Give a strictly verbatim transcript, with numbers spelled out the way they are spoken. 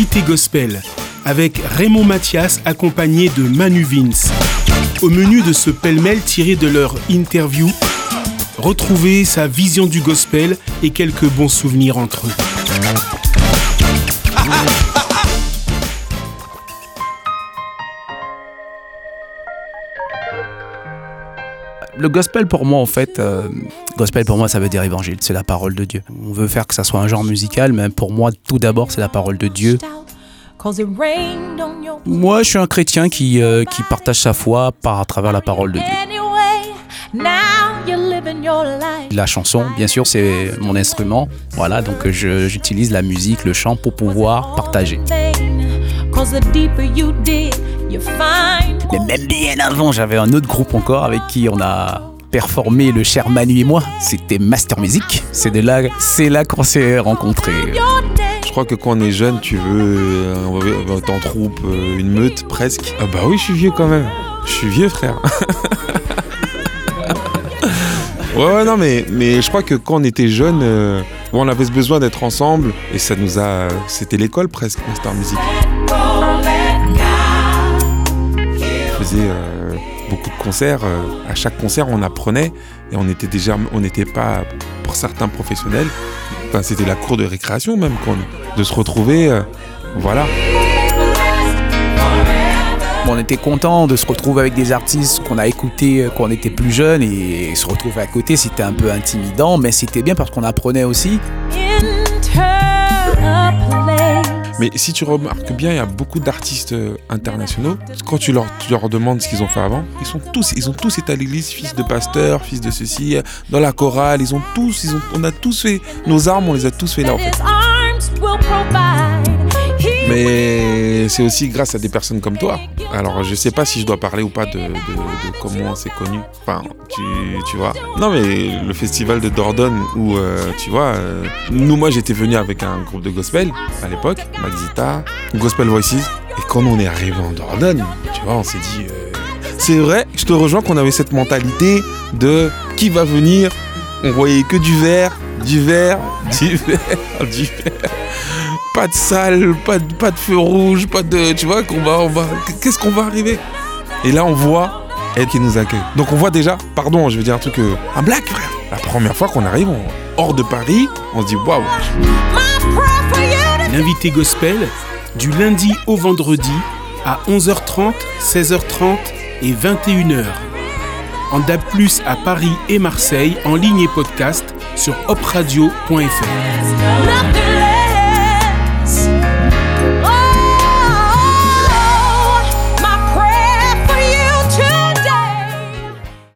L'invité gospel avec Raymond Mathias accompagné de Manu Vince. Au menu de ce pêle-mêle tiré de leur interview, retrouvez sa vision du gospel et quelques bons souvenirs entre eux. Le gospel pour moi en fait, euh, gospel pour moi ça veut dire évangile, c'est la parole de Dieu. On veut faire que ça soit un genre musical, mais pour moi tout d'abord c'est la parole de Dieu. Moi je suis un chrétien qui, euh, qui partage sa foi par à travers la parole de Dieu. La chanson bien sûr c'est mon instrument, voilà donc je, j'utilise la musique, le chant pour pouvoir partager. Mais même bien avant, j'avais un autre groupe encore avec qui on a performé, le cher Manu et moi. C'était Master Music. C'est de là, c'est là qu'on s'est rencontrés. Je crois que quand on est jeune, tu veux euh, en troupe, euh, une meute presque. Ah bah oui, je suis vieux quand même. Je suis vieux, frère. ouais, ouais, non, mais, mais je crois que quand on était jeune, euh, on avait ce besoin d'être ensemble et ça nous a. C'était l'école presque, Master Music. On faisait euh, beaucoup de concerts. Euh, à chaque concert, on apprenait et on était déjà, on n'était pas, pour certains professionnels, enfin, c'était la cour de récréation même, quoi, de se retrouver, euh, voilà. On était content de se retrouver avec des artistes qu'on a écoutés quand on était plus jeune et se retrouver à côté, c'était un peu intimidant, mais c'était bien parce qu'on apprenait aussi. Mais si tu remarques bien, il y a beaucoup d'artistes internationaux. Quand tu leur, tu leur demandes ce qu'ils ont fait avant, ils sont tous, ils ont tous été à l'église, fils de pasteur, fils de ceci, dans la chorale. Ils ont tous, ils ont, on a tous fait nos armes, on les a tous fait là en fait. Mais c'est aussi grâce à des personnes comme toi. Alors je sais pas si je dois parler ou pas de, de, de comment on s'est connus. Enfin, tu, tu vois. Non mais le festival de Dordogne où euh, tu vois, euh, nous moi j'étais venu avec un groupe de gospel à l'époque, Maxita, Gospel Voices. Et quand on est arrivé en Dordogne, tu vois, on s'est dit, euh, c'est vrai, je te rejoins qu'on avait cette mentalité de qui va venir. On voyait que du vert, du vert, du vert, du vert. Pas de salle, pas de, pas de feu rouge, pas de... Tu vois, qu'on va, on va... Qu'est-ce qu'on va arriver ? Et là, on voit elle qui nous accueille. Donc, on voit déjà... Pardon, je vais dire un truc... Euh, un blague, frère. La première fois qu'on arrive on, hors de Paris, on se dit waouh. L'invité gospel, du lundi au vendredi, à onze heures trente, seize heures trente et vingt et une heures. En D A B plus, à Paris et Marseille, en ligne et podcast sur hop radio point f r.